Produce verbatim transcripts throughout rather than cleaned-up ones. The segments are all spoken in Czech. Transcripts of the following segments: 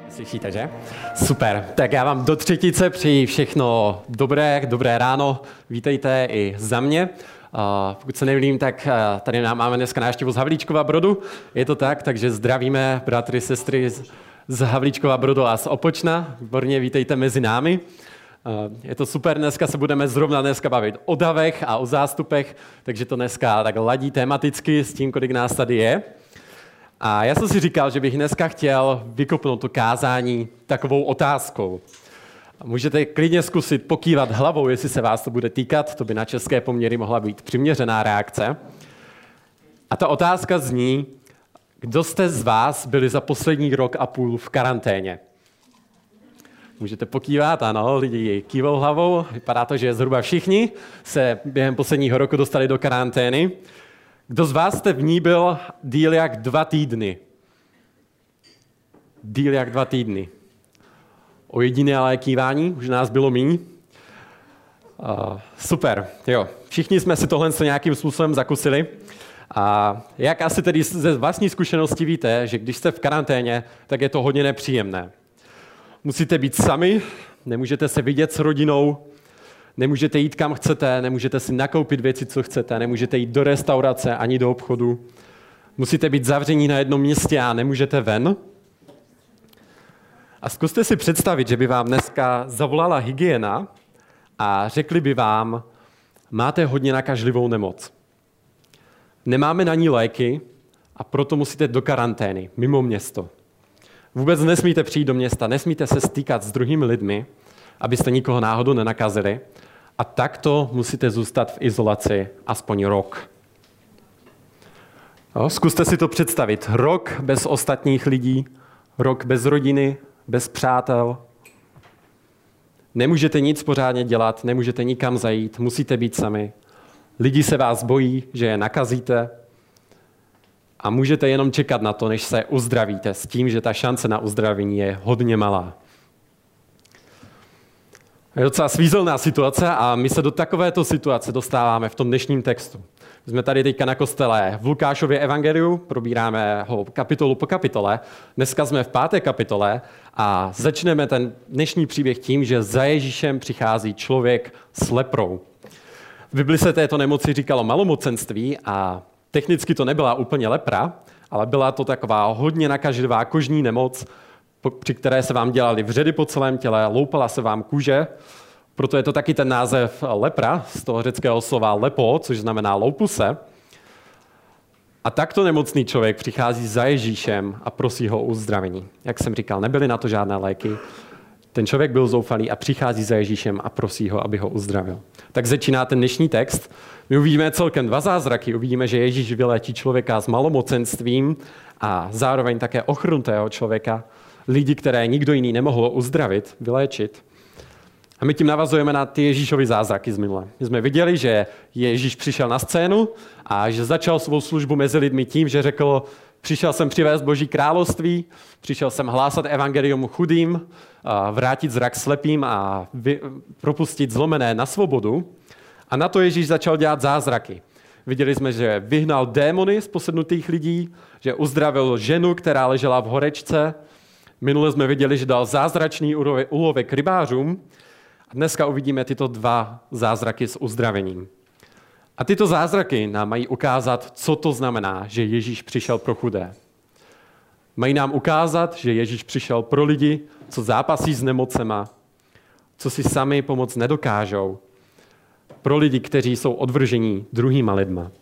Slyšíte, že? Super. Tak já vám do třetice přeji všechno dobré, dobré ráno. Vítejte i za mě. Uh, pokud se nevím, tak uh, tady máme dneska návštěvu z Havlíčkova Brodu. Je to tak, takže zdravíme bratry, sestry z, z Havlíčkova Brodu a z Opočna. Výborně, vítejte mezi námi. Uh, je to super, dneska se budeme zrovna dneska bavit o davech a o zástupech, takže to dneska tak ladí tematicky s tím, kolik nás tady je. A já jsem si říkal, že bych dneska chtěl vykopnout to kázání takovou otázkou. Můžete klidně zkusit pokývat hlavou, jestli se vás to bude týkat, to by na české poměry mohla být přiměřená reakce. A ta otázka zní, kdo jste z vás byli za poslední rok a půl v karanténě? Můžete pokývat, ano, lidi kývou hlavou, vypadá to, že zhruba všichni se během posledního roku dostali do karantény. Kdo z vás jste v ní byl díl jak dva týdny? Díl jak dva týdny. O jediné kývání, už nás bylo míň. Uh, super, jo. Všichni jsme si tohle nějakým způsobem zakusili. A jak asi tedy ze vlastní zkušenosti víte, že když jste v karanténě, tak je to hodně nepříjemné. Musíte být sami, nemůžete se vidět s rodinou, nemůžete jít kam chcete, nemůžete si nakoupit věci, co chcete, nemůžete jít do restaurace ani do obchodu. Musíte být zavření na jednom místě a nemůžete ven. A zkuste si představit, že by vám dneska zavolala hygiena a řekli by vám, máte hodně nakažlivou nemoc. Nemáme na ní léky a proto musíte do karantény, mimo město. Vůbec nesmíte přijít do města, nesmíte se stýkat s druhými lidmi, abyste nikoho náhodou nenakazili. A takto musíte zůstat v izolaci aspoň rok. No, zkuste si to představit. Rok bez ostatních lidí, rok bez rodiny, bez přátel. Nemůžete nic pořádně dělat, nemůžete nikam zajít, musíte být sami. Lidi se vás bojí, že je nakazíte a můžete jenom čekat na to, než se uzdravíte, s tím, že ta šance na uzdravení je hodně malá. Je docela svízelná situace a my se do takovéto situace dostáváme v tom dnešním textu. Jsme tady teďka na kostele v Lukášově evangeliu, probíráme ho kapitolu po kapitole. Dneska jsme v páté kapitole a začneme ten dnešní příběh tím, že za Ježíšem přichází člověk s leprou. V Bibli se této nemoci říkalo malomocenství a technicky to nebyla úplně lepra, ale byla to taková hodně nakažlivá kožní nemoc, při které se vám dělaly vředy po celém těle, loupala se vám kůže, proto je to taky ten název lepra, z toho řeckého slova lepo, což znamená loupu se. A takto nemocný člověk přichází za Ježíšem a prosí ho o uzdravení. Jak jsem říkal, nebyly na to žádné léky. Ten člověk byl zoufalý a přichází za Ježíšem a prosí ho, aby ho uzdravil. Tak začíná ten dnešní text. My uvidíme celkem dva zázraky. Uvidíme, že Ježíš vyléčí člověka s malomocenstvím a zároveň také ochrnutého člověka, lidi, které nikdo jiný nemohl uzdravit, vyléčit. A my tím navazujeme na ty Ježíšovy zázraky z minule. My jsme viděli, že Ježíš přišel na scénu a že začal svou službu mezi lidmi tím, že řekl, přišel jsem přivést Boží království, přišel jsem hlásat evangelium chudým, vrátit zrak slepým a propustit zlomené na svobodu. A na to Ježíš začal dělat zázraky. Viděli jsme, že vyhnal démony z posednutých lidí, že uzdravil ženu, která ležela v horečce. Minule jsme viděli, že dal zázračný úlovek rybářům. A dneska uvidíme tyto dva zázraky s uzdravením. A tyto zázraky nám mají ukázat, co to znamená, že Ježíš přišel pro chudé. Mají nám ukázat, že Ježíš přišel pro lidi, co zápasí s nemocema, co si sami pomoct nedokážou. Pro lidi, kteří jsou odvržení druhýma lidma.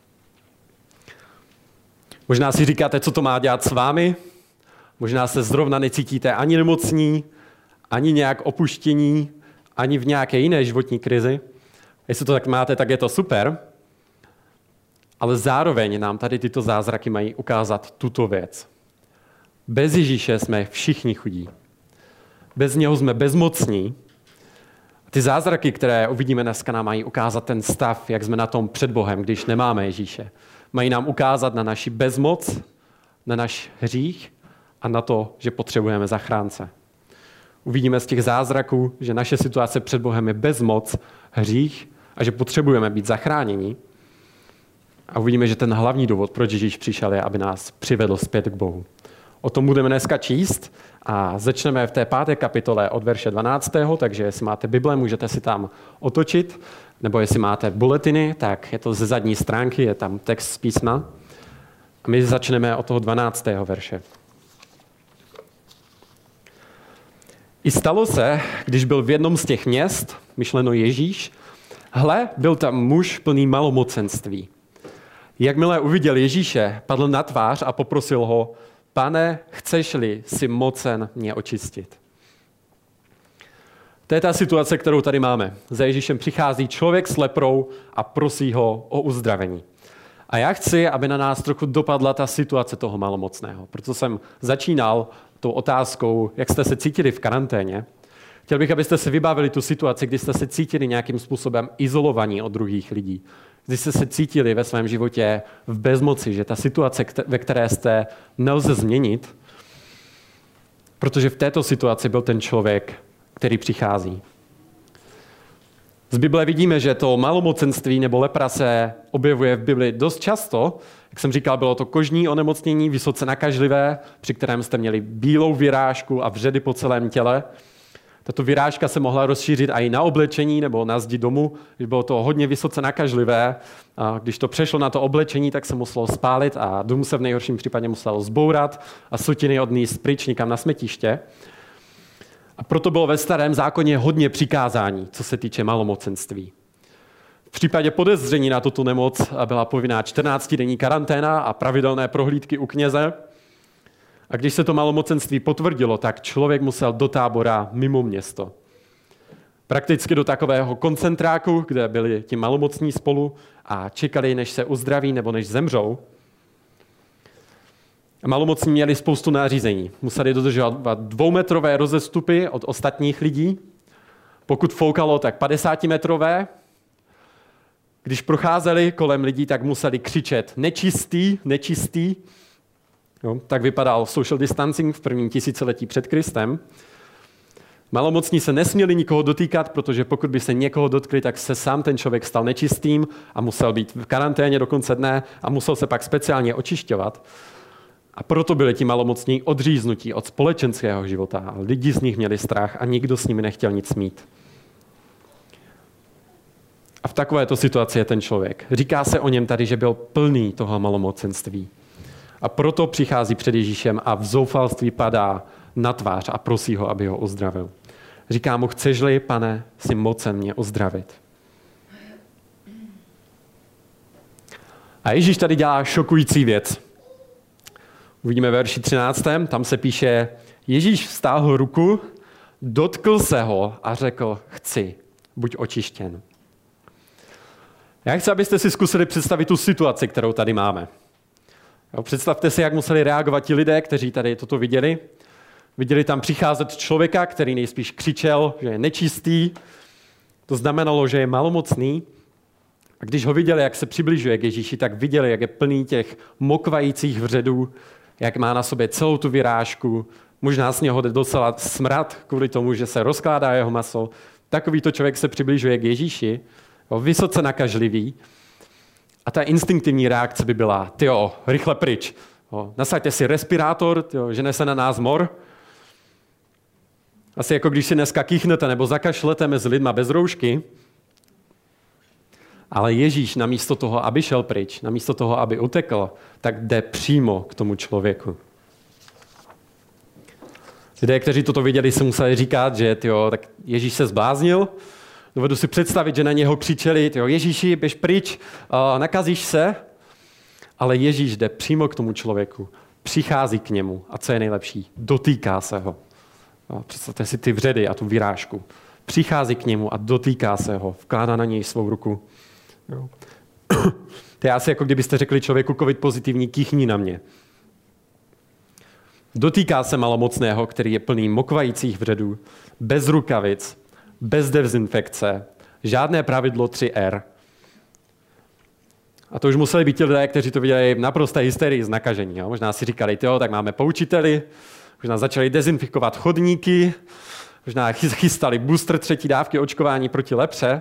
Možná si říkáte, co to má dělat s vámi. Možná se zrovna necítíte ani nemocní, ani nějak opuštění, ani v nějaké jiné životní krizi. Jestli to tak máte, tak je to super. Ale zároveň nám tady tyto zázraky mají ukázat tuto věc. Bez Ježíše jsme všichni chudí. Bez něho jsme bezmocní. Ty zázraky, které uvidíme dneska, nám mají ukázat ten stav, jak jsme na tom před Bohem, když nemáme Ježíše. Mají nám ukázat na naši bezmoc, na náš hřích a na to, že potřebujeme zachránce. Uvidíme z těch zázraků, že naše situace před Bohem je bezmoc, hřích a že potřebujeme být zachráněni. A uvidíme, že ten hlavní důvod, proč Ježíš přišel, je, aby nás přivedl zpět k Bohu. O tom budeme dneska číst a začneme v té páté kapitole od verše dvanáctého, takže jestli máte Bible, můžete si tam otočit, nebo jestli máte bulletiny, tak je to ze zadní stránky, je tam text z písma. A my začneme od toho dvanáctého verše. I stalo se, když byl v jednom z těch měst, myšleno Ježíš, hle, byl tam muž plný malomocenství. Jakmile uviděl Ježíše, padl na tvář a poprosil ho, Pane, chceš-li si mocen mě očistit? To je ta situace, kterou tady máme. Za Ježíšem přichází člověk s leprou a prosí ho o uzdravení. A já chci, aby na nás trochu dopadla ta situace toho malomocného. Proto jsem začínal tou otázkou, jak jste se cítili v karanténě. Chtěl bych, abyste si vybavili tu situaci, kdy jste se cítili nějakým způsobem izolovaní od druhých lidí. Kdy jste se cítili ve svém životě v bezmoci, že ta situace, ve které jste, nelze změnit, protože v této situaci byl ten člověk, který přichází. Z Bible vidíme, že to malomocenství nebo lepra se objevuje v Bibli dost často. Jak jsem říkal, bylo to kožní onemocnění, vysoce nakažlivé, při kterém jste měli bílou vyrážku a vředy po celém těle. Tato vyrážka se mohla rozšířit i na oblečení nebo na zdi domu, když bylo to hodně vysoce nakažlivé. A když to přešlo na to oblečení, tak se muselo spálit a dům se v nejhorším případě muselo zbourat a sutiny odníst pryč někam na smetiště. A proto bylo ve starém zákoně hodně přikázání, co se týče malomocenství. V případě podezření na tuto nemoc byla povinná čtrnáctidenní karanténa a pravidelné prohlídky u kněze. A když se to malomocenství potvrdilo, tak člověk musel do tábora mimo město. Prakticky do takového koncentráku, kde byli ti malomocní spolu a čekali, než se uzdraví nebo než zemřou. A malomocní měli spoustu nařízení. Museli dodržovat dvoumetrové rozestupy od ostatních lidí. Pokud foukalo, tak padesátimetrové. Když procházeli kolem lidí, tak museli křičet nečistý, nečistý. Jo, tak vypadal social distancing v prvním tisíciletí před Kristem. Malomocní se nesměli nikoho dotýkat, protože pokud by se někoho dotkli, tak se sám ten člověk stal nečistým a musel být v karanténě do konce dne a musel se pak speciálně očišťovat. A proto byli ti malomocní odříznutí od společenského života. A lidi z nich měli strach a nikdo s nimi nechtěl nic mít. A v takovéto situaci je ten člověk. Říká se o něm tady, že byl plný toho malomocenství. A proto přichází před Ježíšem a v zoufalství padá na tvář a prosí ho, aby ho uzdravil. Říká mu, chceš-li, Pane, si mocen mě uzdravit. A Ježíš tady dělá šokující věc. Uvidíme ve verši třináctém, tam se píše, Ježíš vztáhl ruku, dotkl se ho a řekl, chci, buď očištěn. Já chci, abyste si zkusili představit tu situaci, kterou tady máme. Jo, představte si, jak museli reagovat ti lidé, kteří tady toto viděli. Viděli tam přicházet člověka, který nejspíš křičel, že je nečistý. To znamenalo, že je malomocný. A když ho viděli, jak se přibližuje k Ježíši, tak viděli, jak je plný těch mokvajících vředů, jak má na sobě celou tu vyrážku. Možná z něho jde docela smrad kvůli tomu, že se rozkládá jeho maso. Takovýto člověk se přibližuje k Ježíši, jo, vysoce nakažlivý. A ta instinktivní reakce by byla, tyjo, rychle pryč. Jo, nasaďte si respirátor, tyjo, žene se na nás mor. Asi jako když si dneska kýchnete nebo zakašlete mezi lidma bez roušky. Ale Ježíš namísto toho, aby šel pryč, namísto toho, aby utekl, tak jde přímo k tomu člověku. Lidé, kteří toto viděli, si museli říkat, že tyjo, tak Ježíš se zbláznil. Dovedu si představit, že na něho křičeli, tyjo, Ježíši, běž pryč, uh, nakazíš se. Ale Ježíš jde přímo k tomu člověku, přichází k němu a co je nejlepší, dotýká se ho. No, představte si ty vředy a tu vyrážku. Přichází k němu a dotýká se ho, vkládá na něj svou ruku. Jo. To je asi jako kdybyste řekli člověku covid pozitivní, kýchni na mě. Dotýká se malomocného, který je plný mokvajících vředů, bez rukavic, bez dezinfekce, žádné pravidlo tři er. A to už museli být ti lidé, kteří to viděli v naprosté hysterii z nakažení. Jo? Možná si říkali, jo, tak máme poučiteli, možná začali dezinfikovat chodníky, možná chystali booster třetí dávky očkování proti lepře.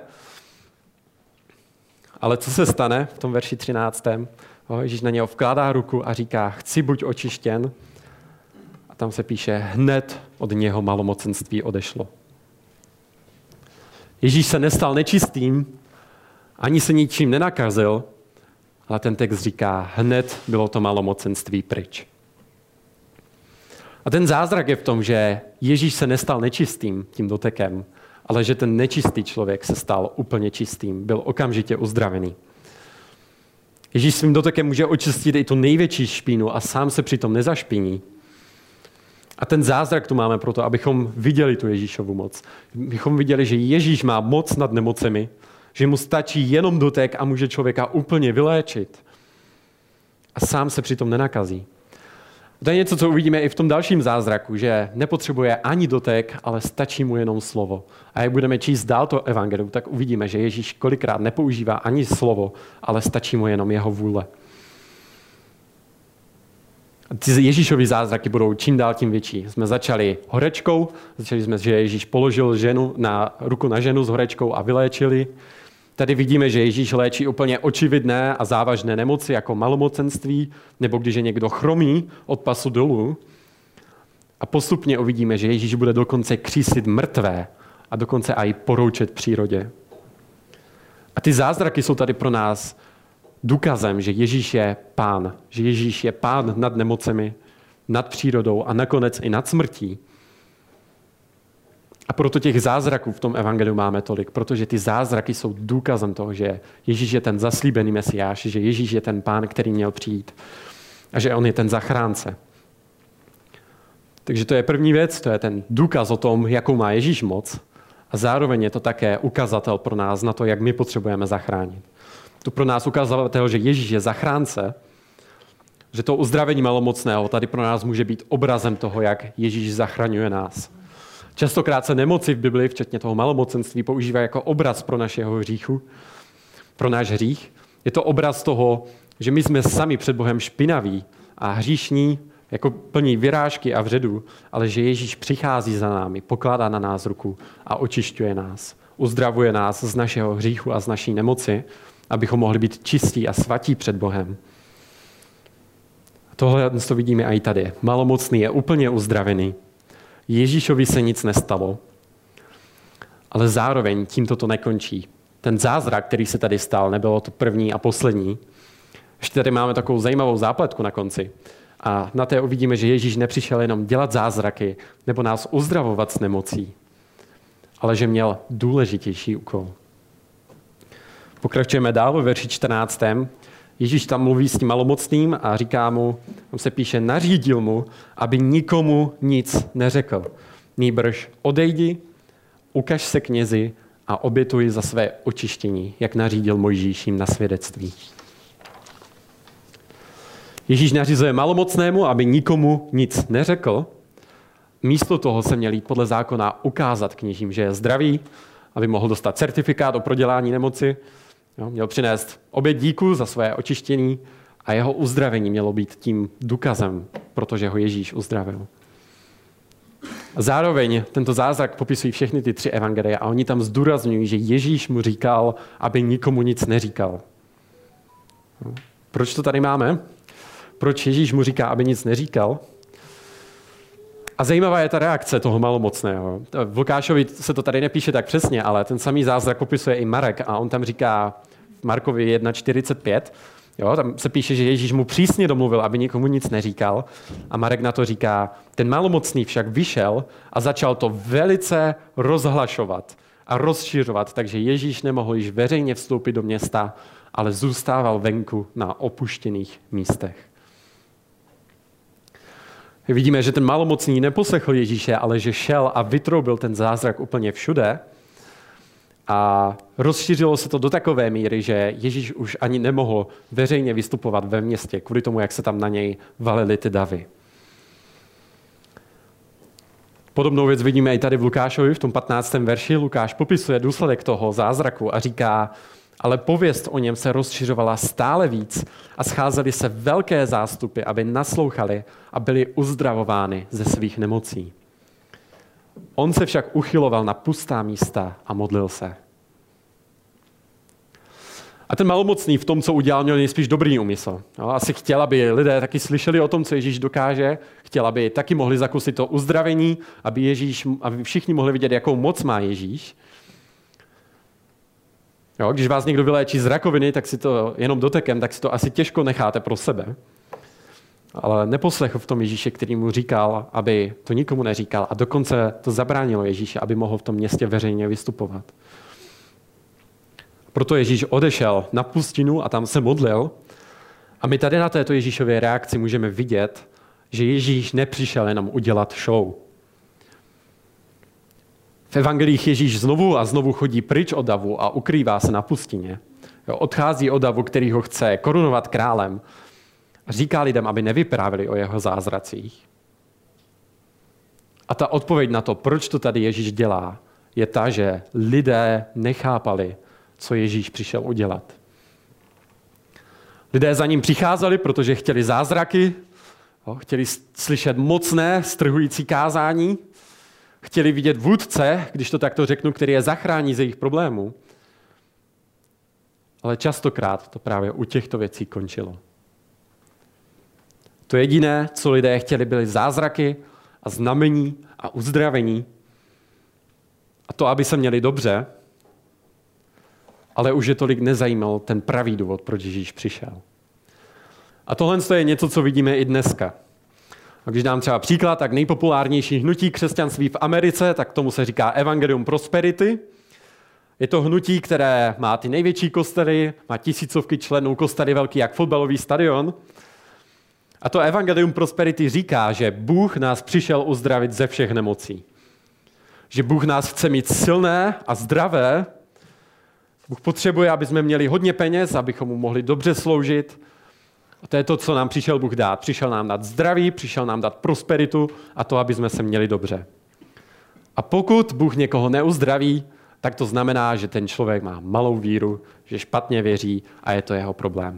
Ale co se stane v tom verši třináctém? Ježíš na něho vkládá ruku a říká, chci buď očištěn. A tam se píše, hned od něho malomocenství odešlo. Ježíš se nestal nečistým, ani se ničím nenakazil, ale ten text říká, hned bylo to malomocenství pryč. A ten zázrak je v tom, že Ježíš se nestal nečistým tím dotekem, ale že ten nečistý člověk se stal úplně čistým, byl okamžitě uzdravený. Ježíš svým dotekem může očistit i tu největší špínu a sám se přitom nezašpiní. A ten zázrak tu máme proto, abychom viděli tu Ježíšovu moc. Abychom viděli, že Ježíš má moc nad nemocemi, že mu stačí jenom dotek a může člověka úplně vyléčit. A sám se přitom nenakazí. To je něco, co uvidíme i v tom dalším zázraku, že nepotřebuje ani dotek, ale stačí mu jenom slovo. A jak budeme číst dál to evangelium, tak uvidíme, že Ježíš kolikrát nepoužívá ani slovo, ale stačí mu jenom jeho vůle. A ty Ježíšovy zázraky budou čím dál tím větší. Jsme začali horečkou, začali jsme, že Ježíš položil ženu na, ruku na ženu s horečkou a vyléčili. Tady vidíme, že Ježíš léčí úplně očividné a závažné nemoci, jako malomocenství, nebo když je někdo chromý od pasu dolů. A postupně uvidíme, že Ježíš bude dokonce křísit mrtvé a dokonce i poroučet přírodě. A ty zázraky jsou tady pro nás důkazem, že Ježíš je pán, že Ježíš je pán nad nemocemi, nad přírodou a nakonec i nad smrtí. A proto těch zázraků v tom evangeliu máme tolik, protože ty zázraky jsou důkazem toho, že Ježíš je ten zaslíbený Mesiáš, že Ježíš je ten pán, který měl přijít a že on je ten zachránce. Takže to je první věc, to je ten důkaz o tom, jakou má Ježíš moc a zároveň je to také ukazatel pro nás na to, jak my potřebujeme zachránit. To pro nás ukazatel, že Ježíš je zachránce, že to uzdravení malomocného tady pro nás může být obrazem toho, jak Ježíš zachraňuje nás. Častokrát se nemoci v Biblii, včetně toho malomocenství, používají jako obraz pro našeho hříchu, pro náš hřích. Je to obraz toho, že my jsme sami před Bohem špinaví a hříšní, jako plní vyrážky a vředu, ale že Ježíš přichází za námi, pokládá na nás ruku a očišťuje nás. Uzdravuje nás z našeho hříchu a z naší nemoci, abychom mohli být čistí a svatí před Bohem. Tohle to vidíme i tady. Malomocný je úplně uzdravený. Ježíšovi se nic nestalo, ale zároveň tímto to nekončí. Ten zázrak, který se tady stal, nebylo to první a poslední. Ještě tady máme takovou zajímavou zápletku na konci. A na té uvidíme, že Ježíš nepřišel jenom dělat zázraky nebo nás uzdravovat s nemocí, ale že měl důležitější úkol. Pokračujeme dál ve verši čtrnáctém. Ježíš tam mluví s tím malomocným a říká mu, tam se píše, nařídil mu, aby nikomu nic neřekl. Nýbrž odejdi, ukaž se knězi a obětuj za své očištění, jak nařídil Mojžíš jim na svědectví. Ježíš nařizuje malomocnému, aby nikomu nic neřekl. Místo toho se měl jít podle zákona ukázat kněžím, že je zdravý, aby mohl dostat certifikát o prodělání nemoci. Jo, měl přinést oběť díku za své očištění a jeho uzdravení mělo být tím důkazem, protože ho Ježíš uzdravil. Zároveň tento zázrak popisují všechny ty tři evangelia a oni tam zdůrazňují, že Ježíš mu říkal, aby nikomu nic neříkal. Proč to tady máme? Proč Ježíš mu říká, aby nic neříkal? A zajímavá je ta reakce toho malomocného. V Lukášovi se to tady nepíše tak přesně, ale ten samý zázrak popisuje i Marek a on tam říká v Markovi jedna čtyřicet pět, jo, tam se píše, že Ježíš mu přísně domluvil, aby nikomu nic neříkal a Marek na to říká, ten malomocný však vyšel a začal to velice rozhlašovat a rozšiřovat, takže Ježíš nemohl již veřejně vstoupit do města, ale zůstával venku na opuštěných místech. Vidíme, že ten malomocný neposlechl Ježíše, ale že šel a vytroubil ten zázrak úplně všude. A rozšířilo se to do takové míry, že Ježíš už ani nemohl veřejně vystupovat ve městě, kvůli tomu, jak se tam na něj valily ty davy. Podobnou věc vidíme i tady v Lukášovi, v tom patnáctém verši. Lukáš popisuje důsledek toho zázraku a říká, ale pověst o něm se rozšiřovala stále víc a scházely se velké zástupy, aby naslouchali a byli uzdravovány ze svých nemocí. On se však uchyloval na pustá místa a modlil se. A ten malomocný v tom, co udělal, měl nejspíš dobrý úmysl. No, asi chtěl, aby lidé taky slyšeli o tom, co Ježíš dokáže. Chtěl, aby taky mohli zakusit to uzdravení, aby, Ježíš, aby všichni mohli vidět, jakou moc má Ježíš. Jo, když vás někdo vyléčí z rakoviny, tak si to jenom dotekem, tak si to asi těžko necháte pro sebe. Ale neposlechl v tom Ježíše, který mu říkal, aby to nikomu neříkal. A dokonce to zabránilo Ježíše, aby mohl v tom městě veřejně vystupovat. Proto Ježíš odešel na pustinu a tam se modlil. A my tady na této Ježíšově reakci můžeme vidět, že Ježíš nepřišel jenom udělat show. V evangelích Ježíš znovu a znovu chodí pryč od davu a ukrývá se na pustině. Jo, odchází od davu, který ho chce korunovat králem. A říká lidem, aby nevyprávěli o jeho zázracích. A ta odpověď na to, proč to tady Ježíš dělá, je ta, že lidé nechápali, co Ježíš přišel udělat. Lidé za ním přicházeli, protože chtěli zázraky, chtěli slyšet mocné, strhující kázání, chtěli vidět vůdce, když to takto řeknu, který je zachrání ze jejich problémů. Ale častokrát to právě u těchto věcí končilo. To jediné, co lidé chtěli, byly zázraky a znamení a uzdravení. A to, aby se měli dobře, ale už je tolik nezajímal ten pravý důvod, proč Ježíš přišel. A tohle je něco, co vidíme i dneska. A když dám třeba příklad, tak nejpopulárnější hnutí křesťanství v Americe, tak tomu se říká Evangelium Prosperity. Je to hnutí, které má ty největší kostely, má tisícovky členů, kostely velký jak fotbalový stadion. A to Evangelium Prosperity říká, že Bůh nás přišel uzdravit ze všech nemocí. Že Bůh nás chce mít silné a zdravé. Bůh potřebuje, aby jsme měli hodně peněz, abychom mu mohli dobře sloužit. A to je to, co nám přišel Bůh dát. Přišel nám dát zdraví, přišel nám dát prosperitu a to, aby jsme se měli dobře. A pokud Bůh někoho neuzdraví, tak to znamená, že ten člověk má malou víru, že špatně věří a je to jeho problém.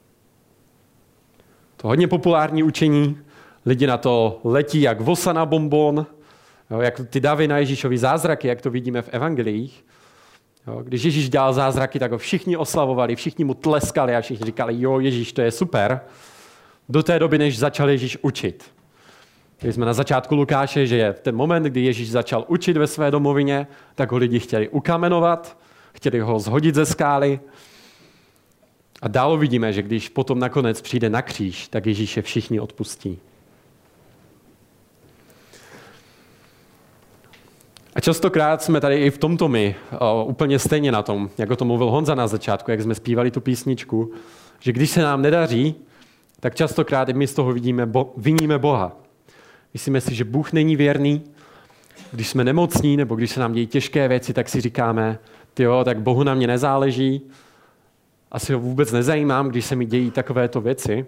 To hodně populární učení, lidi na to letí jak vosa na bonbon, jo, jak ty davy na Ježíšovi zázraky, jak to vidíme v evangelích. Jo, když Ježíš dělal zázraky, tak ho všichni oslavovali, všichni mu tleskali a všichni říkali, jo, Ježíš, to je super. Do té doby, než začal Ježíš učit. Když jsme na začátku Lukáše, že je v ten moment, kdy Ježíš začal učit ve své domovině, tak ho lidi chtěli ukamenovat, chtěli ho zhodit ze skály. A dál vidíme, že když potom nakonec přijde na kříž, tak Ježíše všichni odpustí. A častokrát jsme tady i v tomto my o, úplně stejně na tom, jak o tom mluvil Honza na začátku, jak jsme zpívali tu písničku, že když se nám nedaří, tak častokrát i my z toho vidíme, bo, viníme Boha. Myslíme si, že Bůh není věrný. Když jsme nemocní nebo když se nám dějí těžké věci, tak si říkáme, tyjo, tak Bohu na mě nezáleží. Asi ho vůbec nezajímám, když se mi dějí takovéto věci.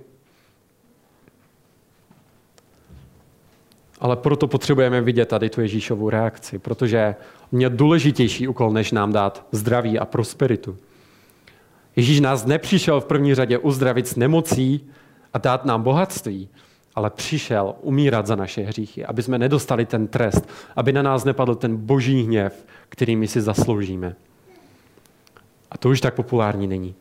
Ale proto potřebujeme vidět tady tu Ježíšovu reakci, protože měl důležitější úkol, než nám dát zdraví a prosperitu. Ježíš nás nepřišel v první řadě uzdravit z nemocí a dát nám bohatství, ale přišel umírat za naše hříchy, aby jsme nedostali ten trest, aby na nás nepadl ten boží hněv, který my si zasloužíme. A to už tak populární není.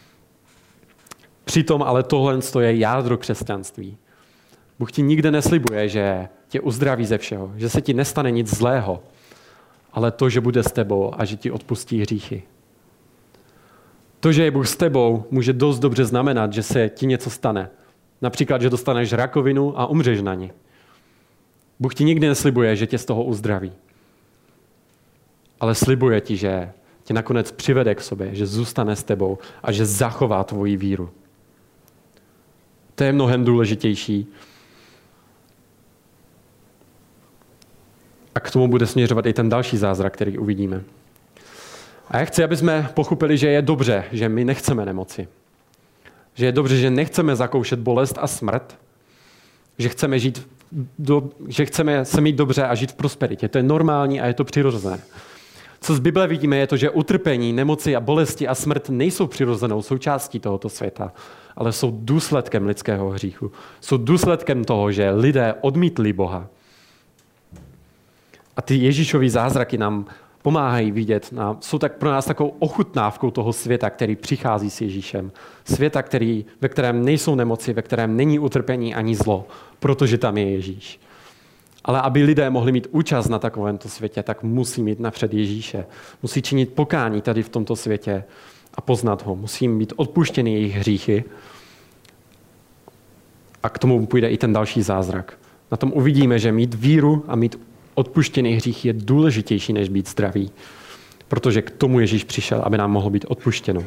Přitom ale tohle je jádro křesťanství. Bůh ti nikde neslibuje, že tě uzdraví ze všeho, že se ti nestane nic zlého, ale to, že bude s tebou a že ti odpustí hříchy. To, že je Bůh s tebou, může dost dobře znamenat, že se ti něco stane. Například, že dostaneš rakovinu a umřeš na ní. Bůh ti nikdy neslibuje, že tě z toho uzdraví. Ale slibuje ti, že tě nakonec přivede k sobě, že zůstane s tebou a že zachová tvoji víru. To je mnohem důležitější. A k tomu bude směřovat i ten další zázrak, který uvidíme. A já chci, aby jsme pochopili, že je dobře, že my nechceme nemoci. Že je dobře, že nechceme zakoušet bolest a smrt. Že chceme, žít do, že chceme se mít dobře a žít v prosperitě. To je normální a je to přirozené. Co z Bible vidíme, je to, že utrpení, nemoci a bolesti a smrt nejsou přirozenou součástí tohoto světa, ale jsou důsledkem lidského hříchu. Jsou důsledkem toho, že lidé odmítli Boha. A ty Ježíšovy zázraky nám pomáhají vidět, na, jsou tak pro nás takovou ochutnávkou toho světa, který přichází s Ježíšem. Světa, který, ve kterém nejsou nemoci, ve kterém není utrpení ani zlo, protože tam je Ježíš. Ale aby lidé mohli mít účast na takovémto světě, tak musí mít napřed Ježíše. Musí činit pokání tady v tomto světě a poznat ho. Musí mít odpuštěny jejich hříchy. A k tomu půjde i ten další zázrak. Na tom uvidíme, že mít víru a mít odpuštěný hřích je důležitější, než být zdravý. Protože k tomu Ježíš přišel, aby nám mohlo být odpuštěno.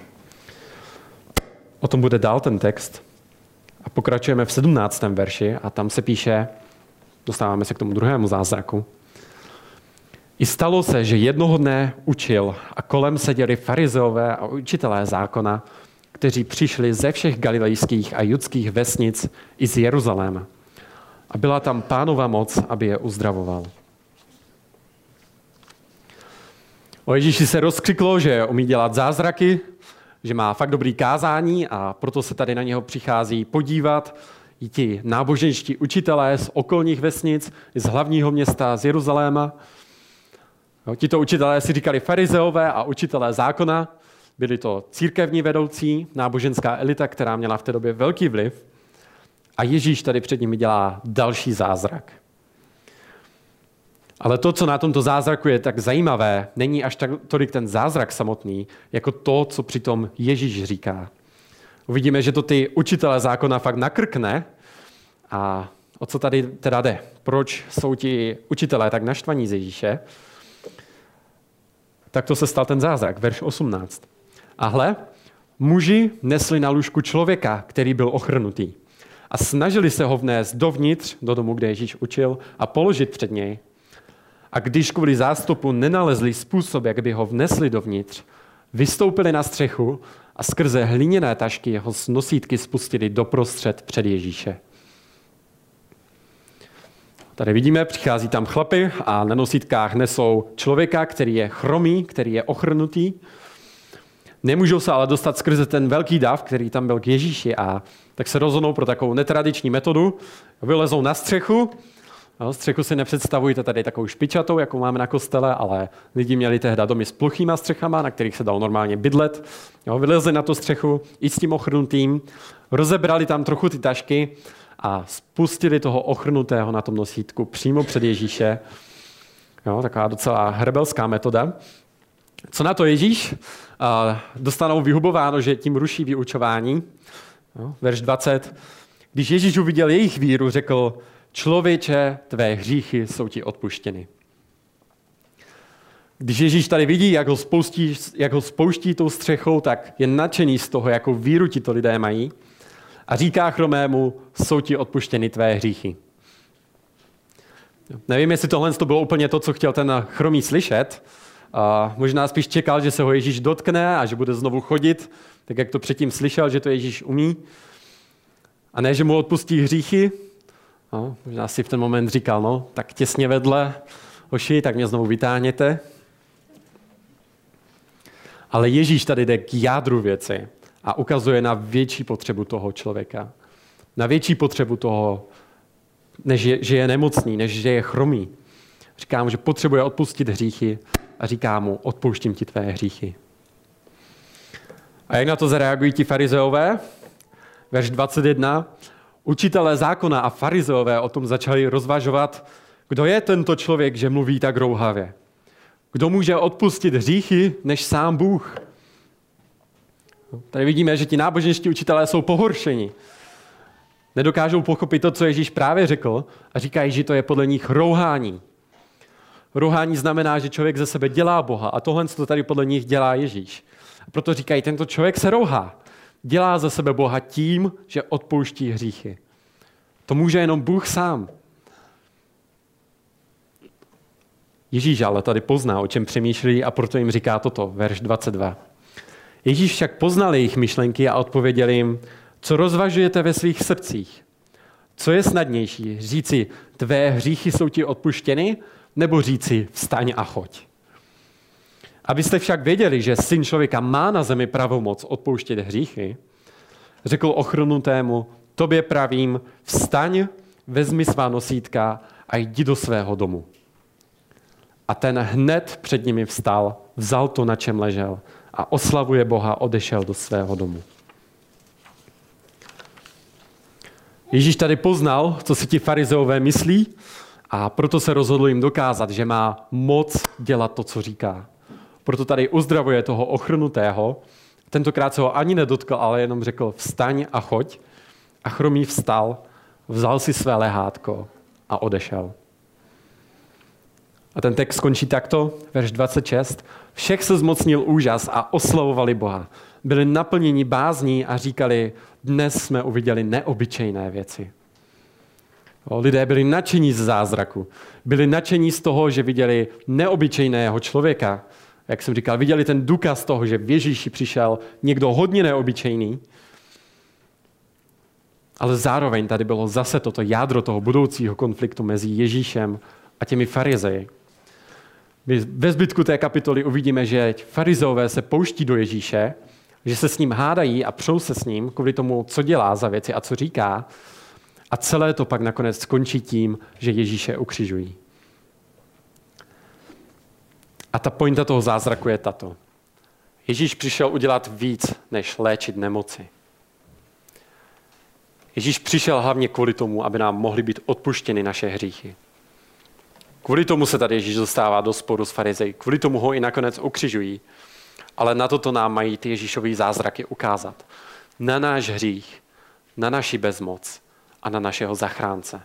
O tom bude dál ten text. A pokračujeme v sedmnáctém verši a tam se píše, dostáváme se k tomu druhému zázraku. I stalo se, že jednoho dne učil a kolem seděli farizeové a učitelé zákona, kteří přišli ze všech galilejských a judských vesnic i z Jeruzaléma. A byla tam Pánova moc, aby je uzdravoval. O Ježíši se rozkřiklo, že umí dělat zázraky, že má fakt dobrý kázání a proto se tady na něho přichází podívat i ti náboženští učitelé z okolních vesnic, z hlavního města, z Jeruzaléma. Jo, tito učitelé si říkali farizeové a učitelé zákona. Byli to církevní vedoucí, náboženská elita, která měla v té době velký vliv. A Ježíš tady před nimi dělá další zázrak. Ale to, co na tomto zázraku je tak zajímavé, není až tak tolik ten zázrak samotný, jako to, co přitom Ježíš říká. Uvidíme, že to ty učitelé zákona fakt nakrkne. A o co tady teda jde? Proč jsou ti učitelé tak naštvaní z Ježíše? Tak to se stal ten zázrak, verš osmnáct. A hle, muži nesli na lůžku člověka, který byl ochrnutý. A snažili se ho vnést dovnitř, do domu, kde Ježíš učil, a položit před něj. A když kvůli zástupu nenalezli způsob, jak by ho vnesli dovnitř, vystoupili na střechu a skrze hliněné tašky jeho nosítky spustili doprostřed před Ježíše. Tady vidíme, přichází tam chlapy a na nosítkách nesou člověka, který je chromý, který je ochrnutý. Nemůžou se ale dostat skrze ten velký dav, který tam byl k Ježíši, a tak se rozhodnou pro takovou netradiční metodu. Vylezou na střechu. No, střechu si nepředstavujte tady takovou špičatou, jakou máme na kostele, ale lidi měli tehdy domy s plochýma střechama, na kterých se dalo normálně bydlet. Jo, vylezli na tu střechu i s tím ochrnutým, rozebrali tam trochu ty tašky a spustili toho ochrnutého na tom nosítku přímo před Ježíše. Jo, taková docela rebelská metoda. Co na to Ježíš? Dostanou vyhubováno, že tím ruší vyučování. Jo, verš dvacet. Když Ježíš uviděl jejich víru, řekl: Člověče, tvé hříchy jsou ti odpuštěny. Když Ježíš tady vidí, jak ho, spoustí, jak ho spouští tou střechou, tak je nadšený z toho, jakou víru tito lidé mají, a říká chromému: jsou ti odpuštěny tvé hříchy. Nevím, jestli tohle to bylo úplně to, co chtěl ten chromý slyšet. A možná spíš čekal, že se ho Ježíš dotkne a že bude znovu chodit, tak jak to předtím slyšel, že to Ježíš umí. A ne, že mu odpustí hříchy. No, možná si v ten moment říkal: no, tak těsně vedle, hoši, tak mě znovu vytáhněte. Ale Ježíš tady jde k jádru věci a ukazuje na větší potřebu toho člověka. Na větší potřebu toho, než je, že je nemocný, než že je chromý. Říká mu, že potřebuje odpustit hříchy a říká mu: odpouštím ti tvé hříchy. A jak na to zareagují ti farizeové? Verš dvacet jedna. Učitelé zákona a farizeové o tom začali rozvažovat, kdo je tento člověk, že mluví tak rouhavě. Kdo může odpustit hříchy, než sám Bůh? Tady vidíme, že ti náboženští učitelé jsou pohoršeni. Nedokážou pochopit to, co Ježíš právě řekl, a říkají, že to je podle nich rouhání. Rouhání znamená, že člověk ze sebe dělá Boha, a tohle, co tady podle nich dělá Ježíš. A proto říkají, tento člověk se rouhá. Dělá ze sebe Boha tím, že odpouští hříchy. To může jenom Bůh sám. Ježíš ale tady pozná, o čem přemýšlí, a proto jim říká toto, verš dvacet dva. Ježíš však poznal jejich myšlenky a odpověděl jim: co rozvažujete ve svých srdcích? Co je snadnější, říci, tvé hříchy jsou ti odpuštěny, nebo říci, vstaň a choď? Abyste však věděli, že Syn člověka má na zemi pravomoc odpouštět hříchy, řekl ochrnutému: tobě pravím, vstaň, vezmi svá nosítka a jdi do svého domu. A ten hned před nimi vstal, vzal to, na čem ležel a oslavuje Boha, odešel do svého domu. Ježíš tady poznal, co si ti farizeové myslí, a proto se rozhodl jim dokázat, že má moc dělat to, co říká. Proto tady uzdravuje toho ochrnutého. Tentokrát se ho ani nedotkl, ale jenom řekl vstaň a choď. A chromý vstal, vzal si své lehátko a odešel. A ten text skončí takto, verš dvacet šest. Všech se zmocnil úžas a oslavovali Boha. Byli naplněni bázní a říkali, dnes jsme uviděli neobyčejné věci. Lidé byli nadšení z zázraku. Byli nadšení z toho, že viděli neobyčejného člověka. Jak jsem říkal, viděli ten důkaz toho, že v Ježíši přišel někdo hodně neobyčejný. Ale zároveň tady bylo zase toto jádro toho budoucího konfliktu mezi Ježíšem a těmi farizeji. My ve zbytku té kapitoly uvidíme, že farizeové se pouští do Ježíše, že se s ním hádají a přou se s ním kvůli tomu, co dělá za věci a co říká. A celé to pak nakonec skončí tím, že Ježíše ukřižují. A ta pointa toho zázraku je tato. Ježíš přišel udělat víc, než léčit nemoci. Ježíš přišel hlavně kvůli tomu, aby nám mohly být odpuštěny naše hříchy. Kvůli tomu se tady Ježíš dostává do sporu s farizeji. Kvůli tomu ho i nakonec ukřižují. Ale na toto nám mají ty Ježíšovy zázraky ukázat. Na náš hřích, na naši bezmoc a na našeho zachránce.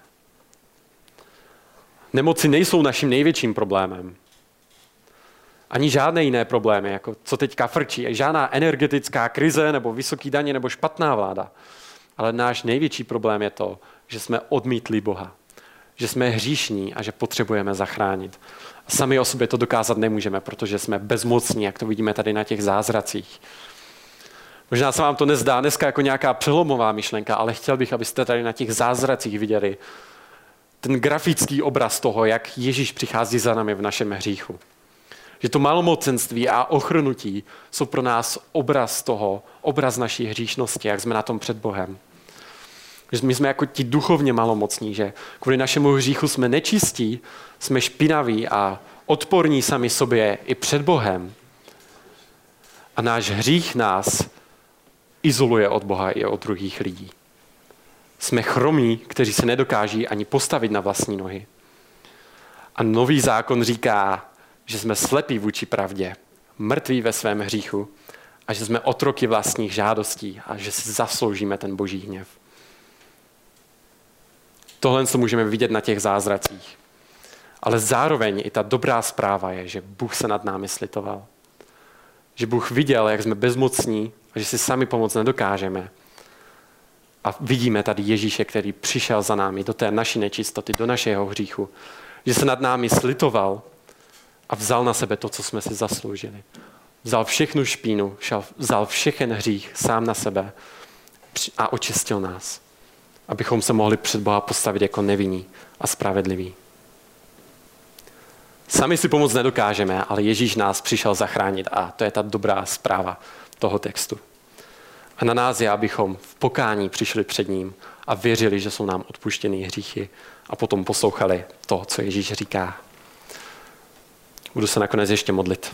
Nemoci nejsou naším největším problémem. Ani žádné jiné problémy, jako co teďka frčí. Žádná energetická krize, nebo vysoký daně, nebo špatná vláda. Ale náš největší problém je to, že jsme odmítli Boha. Že jsme hříšní a že potřebujeme zachránit. A sami o sobě to dokázat nemůžeme, protože jsme bezmocní, jak to vidíme tady na těch zázracích. Možná se vám to nezdá dneska jako nějaká přelomová myšlenka, ale chtěl bych, abyste tady na těch zázracích viděli ten grafický obraz toho, jak Ježíš přichází za námi v našem hříchu. Že to malomocenství a ochrnutí jsou pro nás obraz toho, obraz naší hříšnosti, jak jsme na tom před Bohem. Že my jsme jako ti duchovně malomocní, že kvůli našemu hříchu jsme nečistí, jsme špinaví a odporní sami sobě i před Bohem. A náš hřích nás izoluje od Boha i od druhých lidí. Jsme chromí, kteří se nedokáží ani postavit na vlastní nohy. A nový zákon říká, že jsme slepí vůči pravdě, mrtví ve svém hříchu a že jsme otroky vlastních žádostí a že si zasloužíme ten boží hněv. Tohle, co můžeme vidět na těch zázracích. Ale zároveň i ta dobrá zpráva je, že Bůh se nad námi slitoval. Že Bůh viděl, jak jsme bezmocní a že si sami pomoct nedokážeme. A vidíme tady Ježíše, který přišel za námi do té naší nečistoty, do našeho hříchu. Že se nad námi slitoval a vzal na sebe to, co jsme si zasloužili. Vzal všechnu špínu, vzal všechen hřích sám na sebe a očistil nás, abychom se mohli před Boha postavit jako nevinní a spravedliví. Sami si pomoct nedokážeme, ale Ježíš nás přišel zachránit a to je ta dobrá zpráva toho textu. A na nás je, abychom v pokání přišli před ním a věřili, že jsou nám odpuštěny hříchy a potom poslouchali to, co Ježíš říká. Budu se nakonec ještě modlit.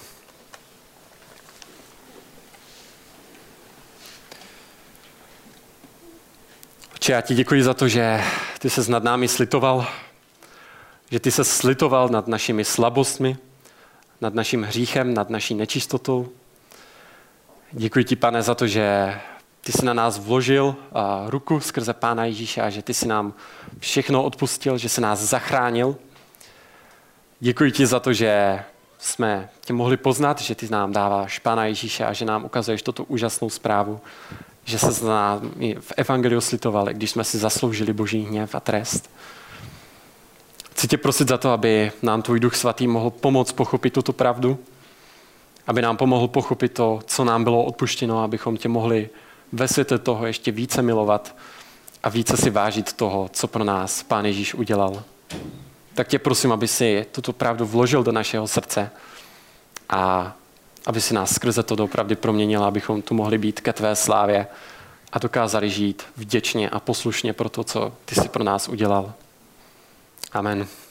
Otče, já ti děkuji za to, že ty ses nad námi slitoval, že ty ses slitoval nad našimi slabostmi, nad naším hříchem, nad naší nečistotou. Děkuji ti, Pane, za to, že ty jsi na nás vložil ruku skrze Pána Ježíše a že ty jsi nám všechno odpustil, že jsi nás zachránil. Děkuji ti za to, že jsme tě mohli poznat, že ty nám dáváš Pána Ježíše a že nám ukazuješ toto úžasnou zprávu, že se z nás v evangeliu slitoval, když jsme si zasloužili boží hněv a trest. Chci tě prosit za to, aby nám tvůj Duch Svatý mohl pomoct pochopit tuto pravdu, aby nám pomohl pochopit to, co nám bylo odpuštěno, abychom tě mohli ve světle toho ještě více milovat a více si vážit toho, co pro nás Pán Ježíš udělal. Tak tě prosím, aby si tuto pravdu vložil do našeho srdce a aby si nás skrze to doopravdy proměnil, abychom tu mohli být ke tvé slávě a dokázali žít vděčně a poslušně pro to, co ty jsi pro nás udělal. Amen.